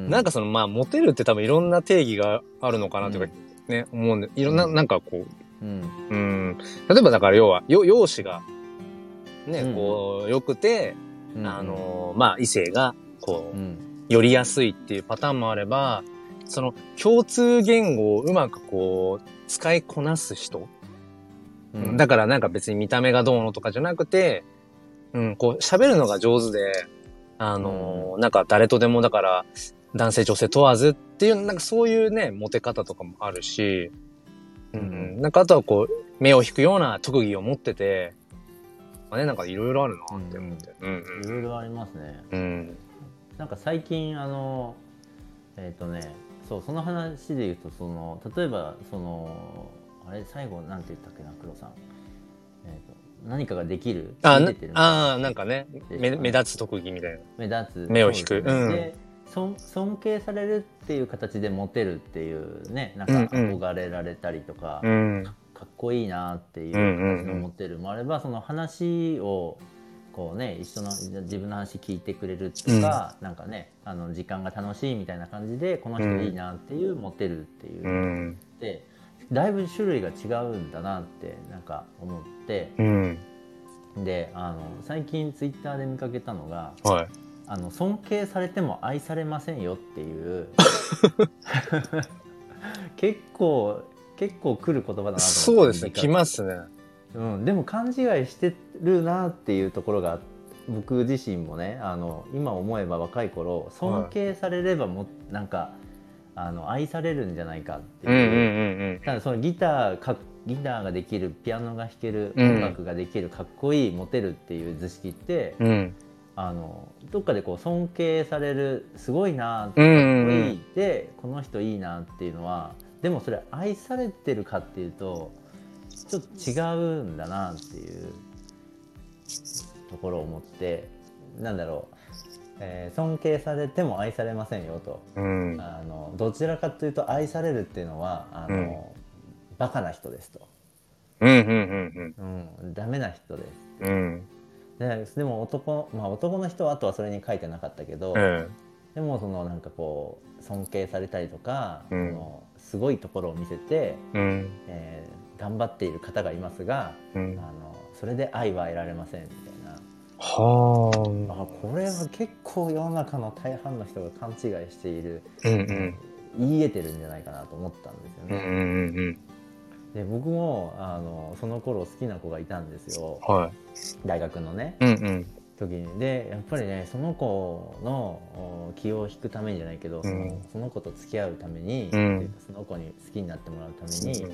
なんかそのまあモテるって多分いろんな定義があるのかなというかね、思うんで、いろんななんかこう、例えばだから要は容姿がね、こう良くて、まあ異性がこう、寄りやすいっていうパターンもあれば、その共通言語をうまくこう使いこなす人、だからなんか別に見た目がどうのとかじゃなくて、こう喋るのが上手で、なんか誰とでもだから男性女性問わずっていうなんかそういうねモテ方とかもあるし、なんかあとはこう目を引くような特技を持ってて、まあね、なんかいろいろあるなって思って、 いろいろありますね。なんか最近そうその話で言うと例えばあれ最後なんて言ったっけな黒さん、何かができるなんかね目立つ特技みたいな目立つ目を引く、 で尊敬されるっていう形でモテるっていうね、なんか憧れられたりとか、かっこいいなっていう形のモテるもあれば、その話をこうね一緒の自分の話聞いてくれるとか、なんかね時間が楽しいみたいな感じでこの人いいなっていうモテるっていうで、だいぶ種類が違うんだなってなんか思って、で最近ツイッターで見かけたのが、尊敬されても愛されませんよっていう結構来る言葉だなと思って。 そうですね、来ますね。 でも勘違いしてるなっていうところが、僕自身もね今思えば若い頃尊敬されればもなんか愛されるんじゃないかっていう、ただそのギターができる、ピアノが弾ける、音楽ができる、かっこいい、モテるっていう図式って、どっかでこう尊敬される、すごいな、かっこいいでこの人いいなっていうのは、でもそれ愛されてるかっていうとちょっと違うんだなっていうところを思って、なんだろう、尊敬されても愛されませんよと、どちらかというと愛されるっていうのはバカな人ですと、ダメな人です、でも男の人はあとはそれに書いてなかったけど、でもなんかこう尊敬されたりとか、すごいところを見せて、頑張っている方がいますが、それで愛は得られませんみたいな。これは結構世の中の大半の人が勘違いしている、言い得てるんじゃないかなと思ったんですよね。で僕もその頃好きな子がいたんですよ、大学のね、時に。でやっぱりね、その子の気を引くためにじゃないけど、その子と付き合うために、その子に好きになってもらうために、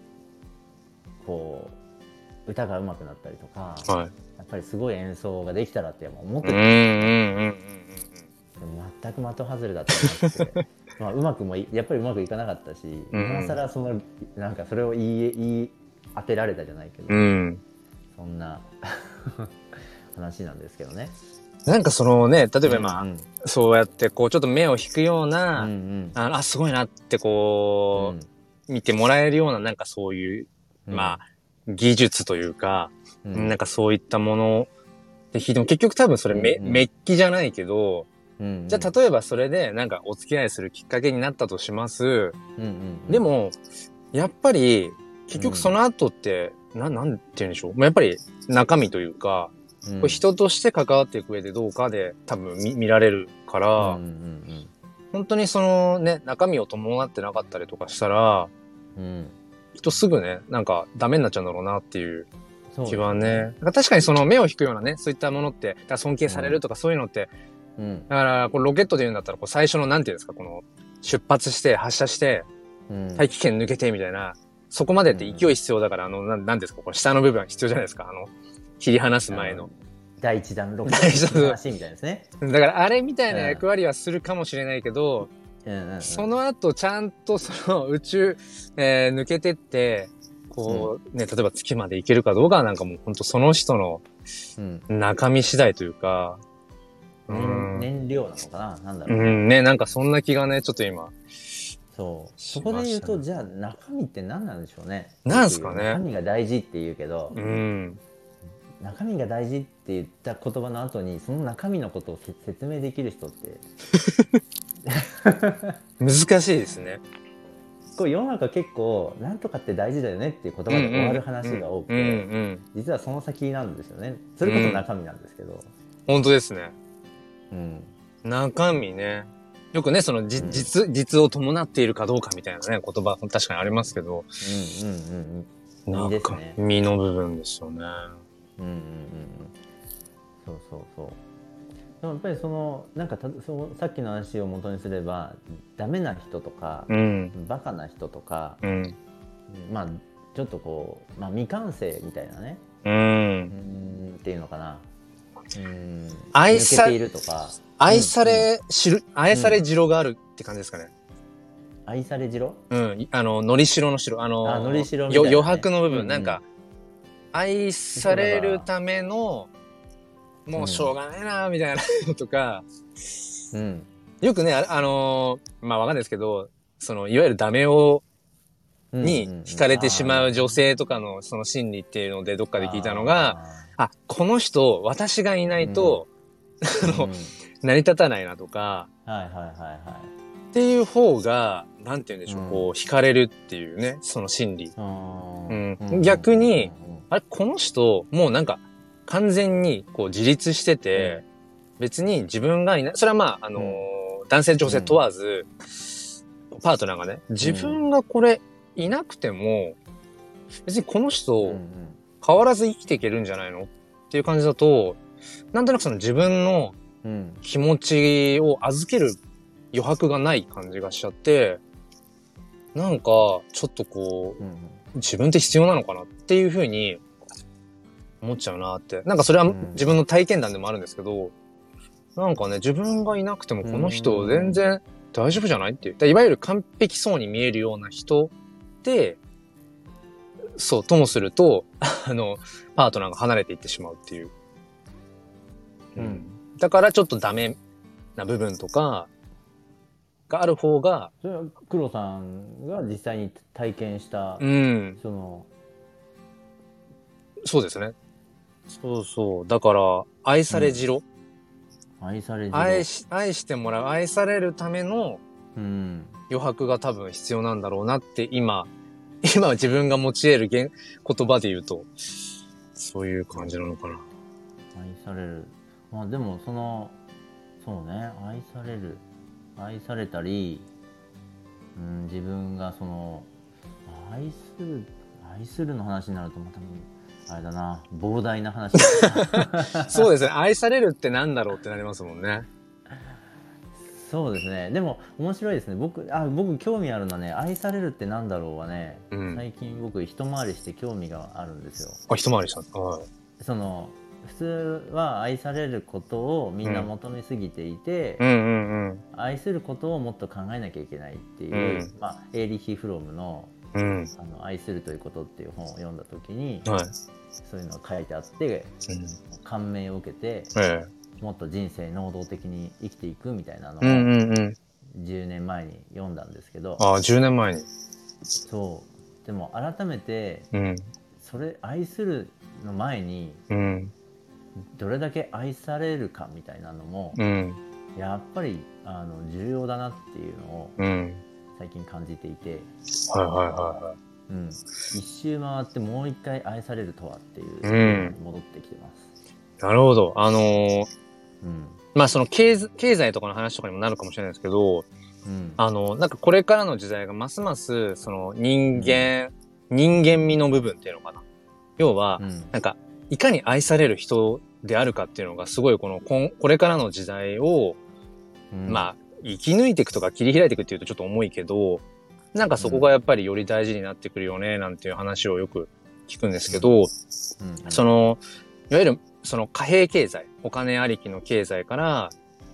こう歌が上手くなったりとか、やっぱりすごい演奏ができたらって思ってたんですよ。でも全く的外れだったなって。やっぱりうまくいかなかったし、今更なんかそれを言い当てられたじゃないけど、そんな話なんですけどね。 なんかね、例えば今、そうやってこうちょっと目を引くような、すごいなってこう、見てもらえるような、なんかそういう、まあ技術というか、なんかそういったものででも結局多分それメッキじゃないけど、じゃあ例えばそれでなんかお付き合いするきっかけになったとします。でもやっぱり結局その後って、なんて言うんでしょう。やっぱり中身というか、これ人として関わっていく上でどうかで多分見られるから、本当にね、中身を伴ってなかったりとかしたら、人すぐね、なんかダメになっちゃうんだろうなっていう気はね。確かに目を引くようなね、そういったものって、尊敬されるとかそういうのって、だからこれロケットで言うんだったら、最初のなんていうんですか、出発して発射して、大気圏抜けてみたいな、そこまでって勢い必要だから、なんですか、これ下の部分必要じゃないですか、切り離す前の。 第一弾ロケットの話みたいですね。 だからあれみたいな役割はするかもしれないけど、その後ちゃんと宇宙、抜けてって、こうね、例えば月まで行けるかどうかはなんかもう本当その人の中身次第というか、 燃料なのかな、なんだろうね、なんかそんな気がね、ちょっと今。 そこで言うと、じゃあ中身って何なんでしょうね。 なんすかね。 中身が大事って言うけど、中身が大事って言った言葉の後にその中身のことを説明できる人って難しいですね。 こう世の中結構なんとかって大事だよねっていう言葉で終わる話が多くて、実はその先なんですよね。それこそ中身なんですけど。 本当ですね。 うん。 中身ね。よくね、その実を伴っているかどうかみたいなね、言葉確かにありますけど。 身ですね。 身の部分ですよね。 そうそうそう。でもやっぱりそのなんかさっきの話を元にすればダメな人とか、バカな人とか、まあちょっとこう、まあ、未完成みたいなね、っていうのかな、抜けているとか、 愛されじろがあるって感じですかね。 愛されじろ？ のりしろのしろ、 のりしろみたいな、ね、 余白の部分、なんか愛されるためのもうしょうがないなみたいなのとか、よくね、まあわかんないですけど、そのいわゆるダメ男に惹かれてしまう女性とかのその心理っていうのでどっかで聞いたのが、この人私がいないと、成り立たないなとか、っていう方がなんて言うんでしょう、こう惹かれるっていうね、その心理。逆にこの人もうなんか完全にこう自立してて、別に自分がいない、それはまあ男性女性問わず、パートナーがね、自分がこれいなくても別にこの人変わらず生きていけるんじゃないのっていう感じだと、なんとなくその自分の気持ちを預ける余白がない感じがしちゃって、なんかちょっとこう、自分って必要なのかなっていうふうに思っちゃうなって。なんかそれは自分の体験談でもあるんですけど、なんかね、自分がいなくてもこの人全然大丈夫じゃないっていう。いわゆる完璧そうに見えるような人って、そう、ともすると、パートナーが離れていってしまうっていう。だからちょっとダメな部分とかがある方が。 それは黒さんが実際に体験した、 そうですね。そうそう。だから、愛されじろ。愛してもらう、愛されるための余白が多分必要なんだろうなって今自分が持ち得る言葉で言うと、そういう感じなのかな。 愛される。まあでもそうね、愛されたり、自分がその愛するの話になるとまたあれだな、膨大な話そうですね、愛されるってなんだろうってなりますもんね。 そうですね。でも面白いですね。僕興味あるのはね、愛されるってなんだろうはね、最近僕一回りして興味があるんですよ。 一回りした。 その普通は愛されることをみんな求めすぎていて、愛することをもっと考えなきゃいけないっていう、まあエーリヒ・フロムの愛するということっていう本を読んだ時に、そういうのが書いてあって、感銘を受けて、もっと人生能動的に生きていくみたいなのを10年前に読んだんですけど、 10年前に。 そうでも改めて、それ愛するの前に、どれだけ愛されるかみたいなのも、やっぱり重要だなっていうのを最近感じていて、一周回ってもう一回愛されるとはっていうに戻ってきてます。 なるほど。まあその経済とかの話とかにもなるかもしれないですけど、なんかこれからの時代がますますその人間味の部分っていうのかな。要は、なんかいかに愛される人であるかっていうのがすごいこれからの時代を、まあ生き抜いていくとか切り開いていくっていうとちょっと重いけど、なんかそこがやっぱりより大事になってくるよねなんていう話をよく聞くんですけど、いわゆるその貨幣経済、お金ありきの経済から、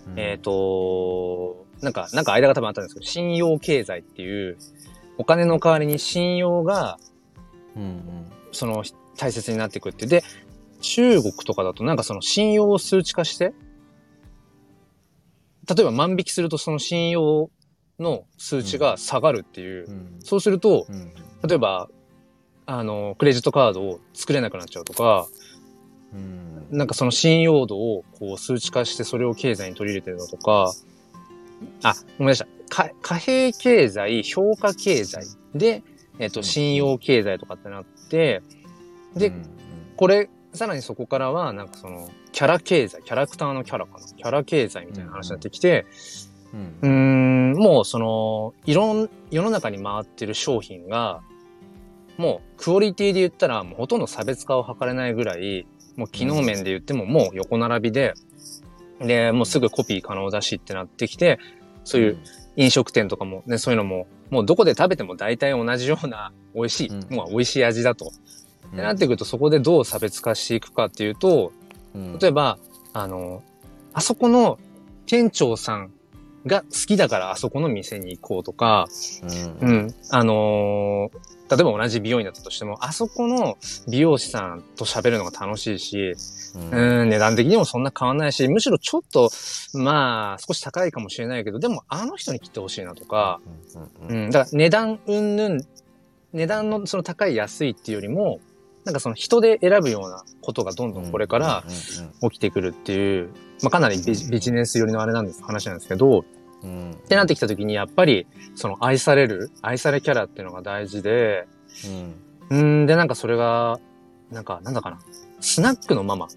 なんか間が多分あったんですけど、信用経済っていうお金の代わりに信用が、その大切になっていくって。で、中国とかだとなんかその信用を数値化して、例えば万引きするとその信用の数値が下がるっていう。そうすると、例えば、クレジットカードを作れなくなっちゃうとか、なんかその信用度をこう数値化してそれを経済に取り入れてるのとか、 思い出した。貨幣経済、評価経済で、信用経済とかってなって、で、これ、さらにそこからは、なんかその、キャラ経済、キャラクターのキャラかな。キャラ経済みたいな話になってきて、もうその、世の中に回ってる商品が、もうクオリティで言ったら、もうほとんど差別化を図れないぐらい、もう機能面で言ってももう横並びで、で、もうすぐコピー可能だしってなってきて、そういう飲食店とかもね、そういうのも、もうどこで食べても大体同じような美味しい、もう美味しい味だと。ってなってくると、そこでどう差別化していくかっていうと、例えば、あそこの店長さんが好きだからあそこの店に行こうとか、例えば同じ美容院だったとしても、あそこの美容師さんと喋るのが楽しいし、値段的にもそんな変わんないし、むしろちょっと、まあ、少し高いかもしれないけど、でもあの人に来てほしいなとか、だから値段値段のその高い安いっていうよりも、なんかその人で選ぶようなことがどんどんこれから起きてくるっていう、まあかなりビジネス寄りの話なんですけど、ってなってきた時にやっぱりその愛されキャラっていうのが大事で、でなんかそれが、なんだかな、スナックのママ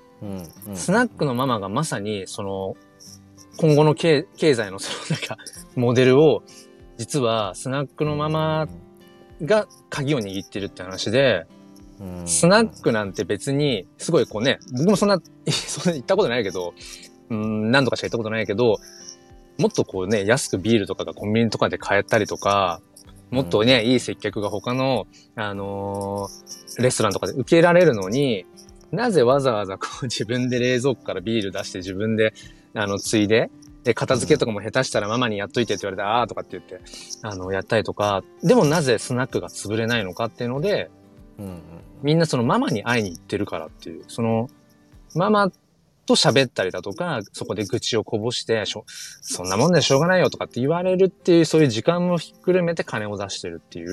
がまさにその今後の経済のそのなんかモデルを実はスナックのママが鍵を握ってるって話で、スナックなんて別に、すごいこうね、僕もそんな行ったことないけど、何度かしか行ったことないけど、もっとこうね、安くビールとかがコンビニとかで買えたりとか、もっとね、いい接客が他の、レストランとかで受けられるのに、なぜわざわざこう自分で冷蔵庫からビール出して自分で、ついで、で、片付けとかも下手したらママにやっといてって言われて、あーとかって言って、やったりとか、でもなぜスナックが潰れないのかっていうので、みんなそのママに会いに行ってるからっていう、そのママと喋ったりだとか、そこで愚痴をこぼして、そんなもんでしょうがないよとかって言われるっていう、そういう時間もひっくるめて金を出してるっていう。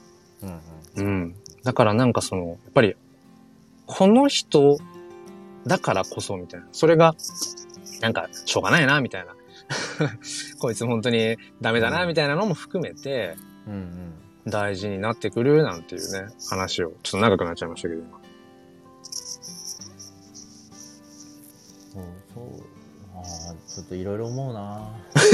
だからなんかその、やっぱり、この人だからこそみたいな。それが、なんか、しょうがないな、みたいな。こいつ本当にダメだな、みたいなのも含めて、大事になってくるなんていうね、話を、ちょっと長くなっちゃいましたけど、今。 ちょっといろいろ思うな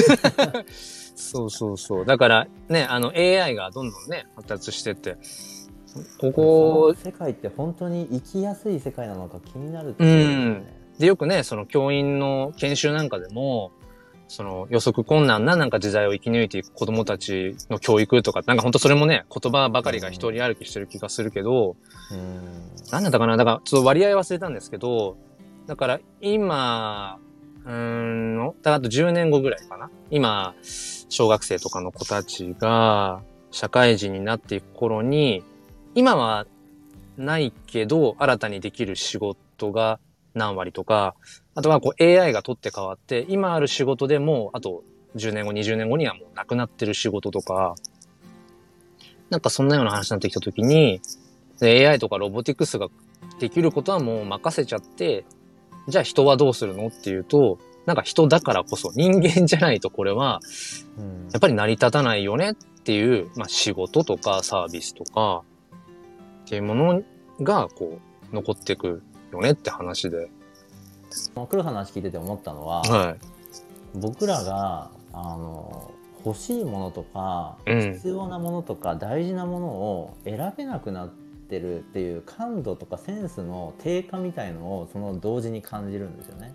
そう。だからね、AI がどんどんね、発達してって、 世界って本当に生きやすい世界なのか気になるっていうね。 で、よくね、その教員の研修なんかでも、その予測困難ななんか時代を生き抜いていく子供たちの教育とか、なんか本当それもね、言葉ばかりが一人歩きしてる気がするけど、なんだったかな、だからちょっと割合忘れたんですけど、だから今、だからあと10年後ぐらいかな。今、小学生とかの子たちが社会人になっていく頃に、今はないけど新たにできる仕事が何割とか、あとはこう AI が取って変わって、今ある仕事でも、あと10年後、20年後にはもうなくなってる仕事とか、なんかそんなような話になってきたときに、AI とかロボティクスができることはもう任せちゃって、じゃあ人はどうするのっていうと、なんか人だからこそ、人間じゃないとこれは、やっぱり成り立たないよねっていう、まあ仕事とかサービスとか、っていうものがこう、残っていくよねって話で。 黒さんの話聞いてて思ったのは、僕らが欲しいものとか、必要なものとか大事なものを選べなくなってるっていう感度とかセンスの低下みたいのをその同時に感じるんですよね。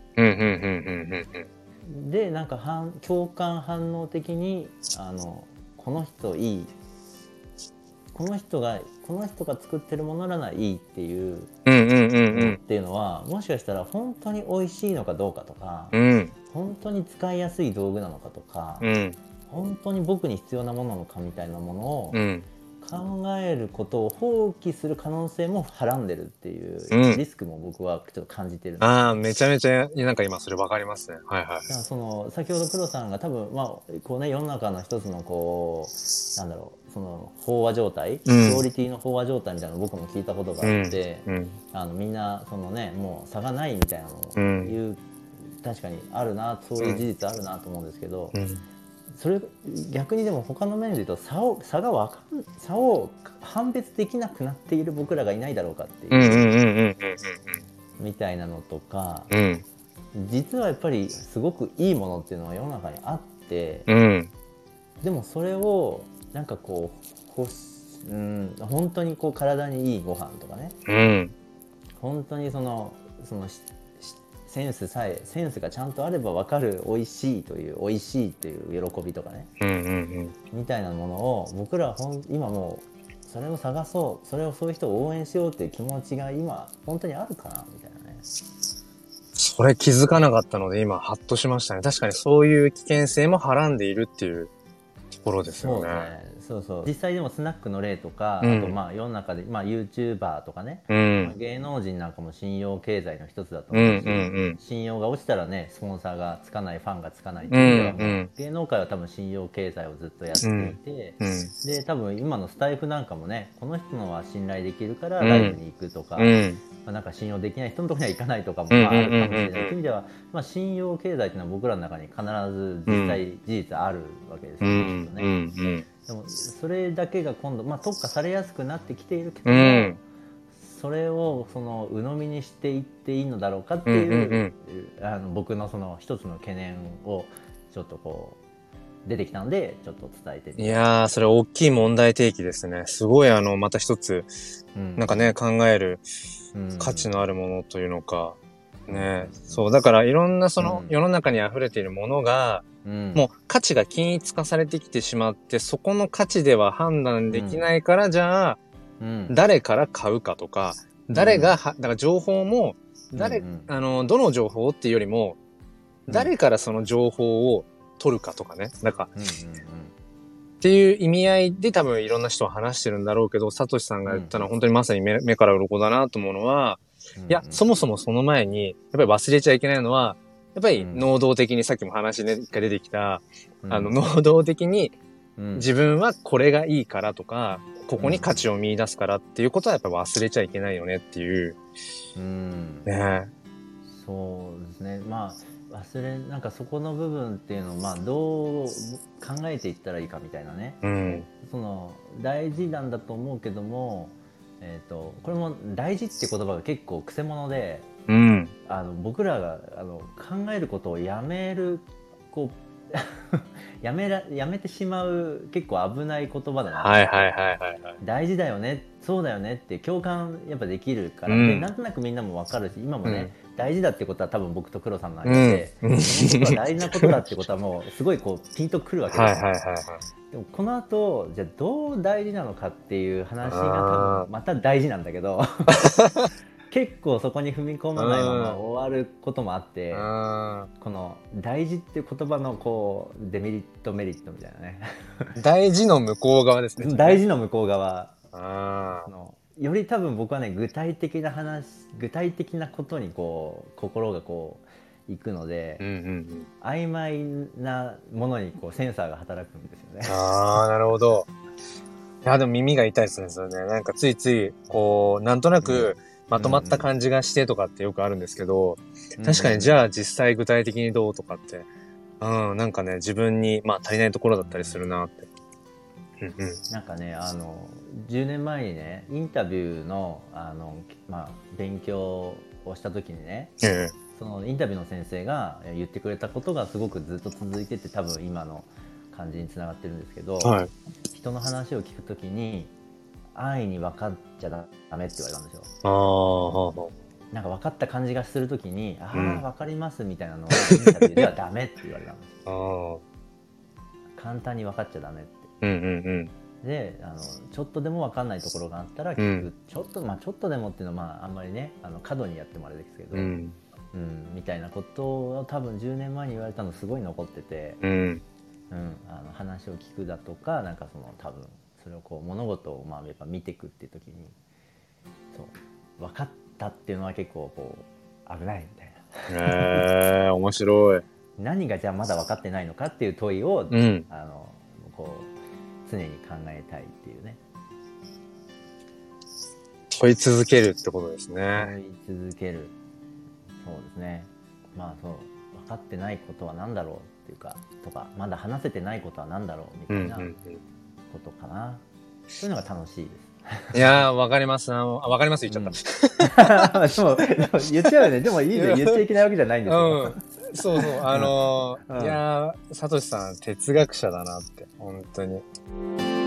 でなんか共感反応的にこの人いい、この人が作ってるものならいいっていうのっていうのは、もしかしたら本当に美味しいのかどうかとか、本当に使いやすい道具なのかとか、本当に僕に必要なものなのかみたいなものを考えることを放棄する可能性もはらんでるっていうリスクも僕はちょっと感じてるんです。 めちゃめちゃなんか今それ分かりますね。 その先ほど黒さんが多分こうね、世の中の一つのこうなんだろう、その飽和状態、クオリティの飽和状態みたいなのを僕も聞いたことがあって、みんなそのね、もう差がないみたいなのを言う確かにあるな、そういう事実あるなと思うんですけど、 うん、 それ逆にでも他の面で言うと差を判別できなくなっている僕らがいないだろうかっていう、 うんうんうんうんうんみたいなのとか、 うんうん実はやっぱりすごくいいものっていうのは世の中にあって、 うん、 でもそれをなんかこう本当にこう体にいいご飯とかね、 うん、 本当にそのセンスがちゃんとあれば分かる美味しいという喜びとかね、 うんうんうん、 みたいなものを僕らは今もうそれを探そう、そういう人を応援しようっていう気持ちが今本当にあるかなみたいなね。 それ気づかなかったので今ハッとしましたね。確かにそういう危険性もはらんでいるっていうところですよね。 そうね、そうそう。実際でもスナックの例とか、 うん、 あとまあ世の中で、まあ、YouTuber とかね、 うん、 芸能人なんかも信用経済の一つだとうん、うん、 思うし、 うん、 信用が落ちたらねスポンサーがつかない、ファンがつかないっうん、 ていう意味ではうん、 もう芸能界は多分信用経済をずっとやっていて、 うん、 で多分今のスタイフなんかもね、この人のは信頼できるからうん、 ライブに行くとか、 うん、 まあ、なんか信用できない人のところには行かないとかも、 うん、うん、 まあ、あるかもしれないという意うん、 味では、まあ、信用経済っていうのは僕らの中に必ず実際事実あるわけですよね、きっとうん、うね。 ん、 でもそれだけが今度、まあ、特化されやすくなってきているけうども、 ん、 それをその鵜呑みにしていっていいのだろうかっうん、 ていう、 うん。 僕のその一つの懸念をちょっとこう出てきたのでちょっと伝えてみいた。 やー、それ大きい問題提起ですね。すごいまた一つ、 うんなんかね、考えるうん価値のあるものというのか、 うんね、そう、だからいろんなそのうん世の中に溢れているものが、 うんもう価値が均一化されてきてしまって、そこの価値では判断できうんないから、じゃあ、 うん誰から買うかとか、だから情報も、 うんどの情報っていうよりも、 うん誰からその情報を取るかとかね。なんか、 うんっていう意味合いで多分いろんな人は話してるんだろうけど、サトシさんが言ったのは本当にまさに目から鱗だなと思うのは、いや、そもそもその前に、やっぱり忘れちゃいけないのは、やっぱり能動的にさっきも話ね、一回出てきた、能動的に自分はこれがいいからとか、ここに価値を見出すからっていうことはやっぱ忘れちゃいけないよねっていう。ね。 そうですね。まあなんかそこの部分っていうのをまあどう考えていったらいいかみたいなね。 うん。 その大事なんだと思うけども、これも大事って言葉が結構くせ者で、 うん。 僕らが考えることをやめるこうやめてしまう結構危ない言葉だな。 はいはいはいはい、はい。 大事だよね、そうだよねって共感やっぱできるから、でなんとなくみんなも分かるし、今もね、大事だってことは多分僕と黒さんの間で、そのことは大事なことだってことはもうすごいこうピンとくるわけですよ。でもこの後じゃあどう大事なのかっていう話が多分また大事なんだけど結構そこに踏み込まないまま終わることもあって、この大事っていう言葉のこうデメリットメリットみたいなね大事の向こう側ですね。 大事の向こう側より多分僕はね、具体的なことにこう心がこういくので、曖昧なものにこうセンサーが働くんですよね。 ああ、なるほど。いや、でも耳が痛いですね、それね。なんかついつい、こう、なんとなくまとまった感じがしてとかってよくあるんですけど、確かにじゃあ実際具体的にどうとかって、なんかね、自分に、まあ足りないところだったりするなって。 なんかね、10年前にね、インタビューの、まあ、勉強をした時にね、そのインタビューの先生が言ってくれたことがすごくずっと続いてて、多分今の感じにつながってるんですけど、人の話を聞くときに安易に分かっちゃダメって言われたんですよ。なんか分かった感じがするときに、分かりますみたいなのをインタビューではダメって言われたんですよ。簡単に分かっちゃダメって。でちょっとでも分かんないところがあったら聞く、ちょっとでもっていうのは、まあ、あんまりね過度にやってもあれですけど、みたいなことを多分10年前に言われたのすごい残ってて、話を聞くだとか、なんかその多分それをこう物事をやっぱ見ていくっていう時に、そう分かったっていうのは結構こう危ないみたいな。 面白い。 何がじゃあまだ分かってないのかっていう問いを、こう常に考えたいっていうね。 問い続けるってことですね。 問い続ける。そうですね。まあそう。 分かってないことは何だろうっていうかとか、まだ話せてないことは何だろうみたいなことかな、そういうのが楽しいです。 いやー、わかります。わかります言っちゃった。でも言っちゃうよね。でもいいね。言っちゃいけないわけじゃないんですよ。 そうそう。いやー、サトシさん哲学者だなって、本当に。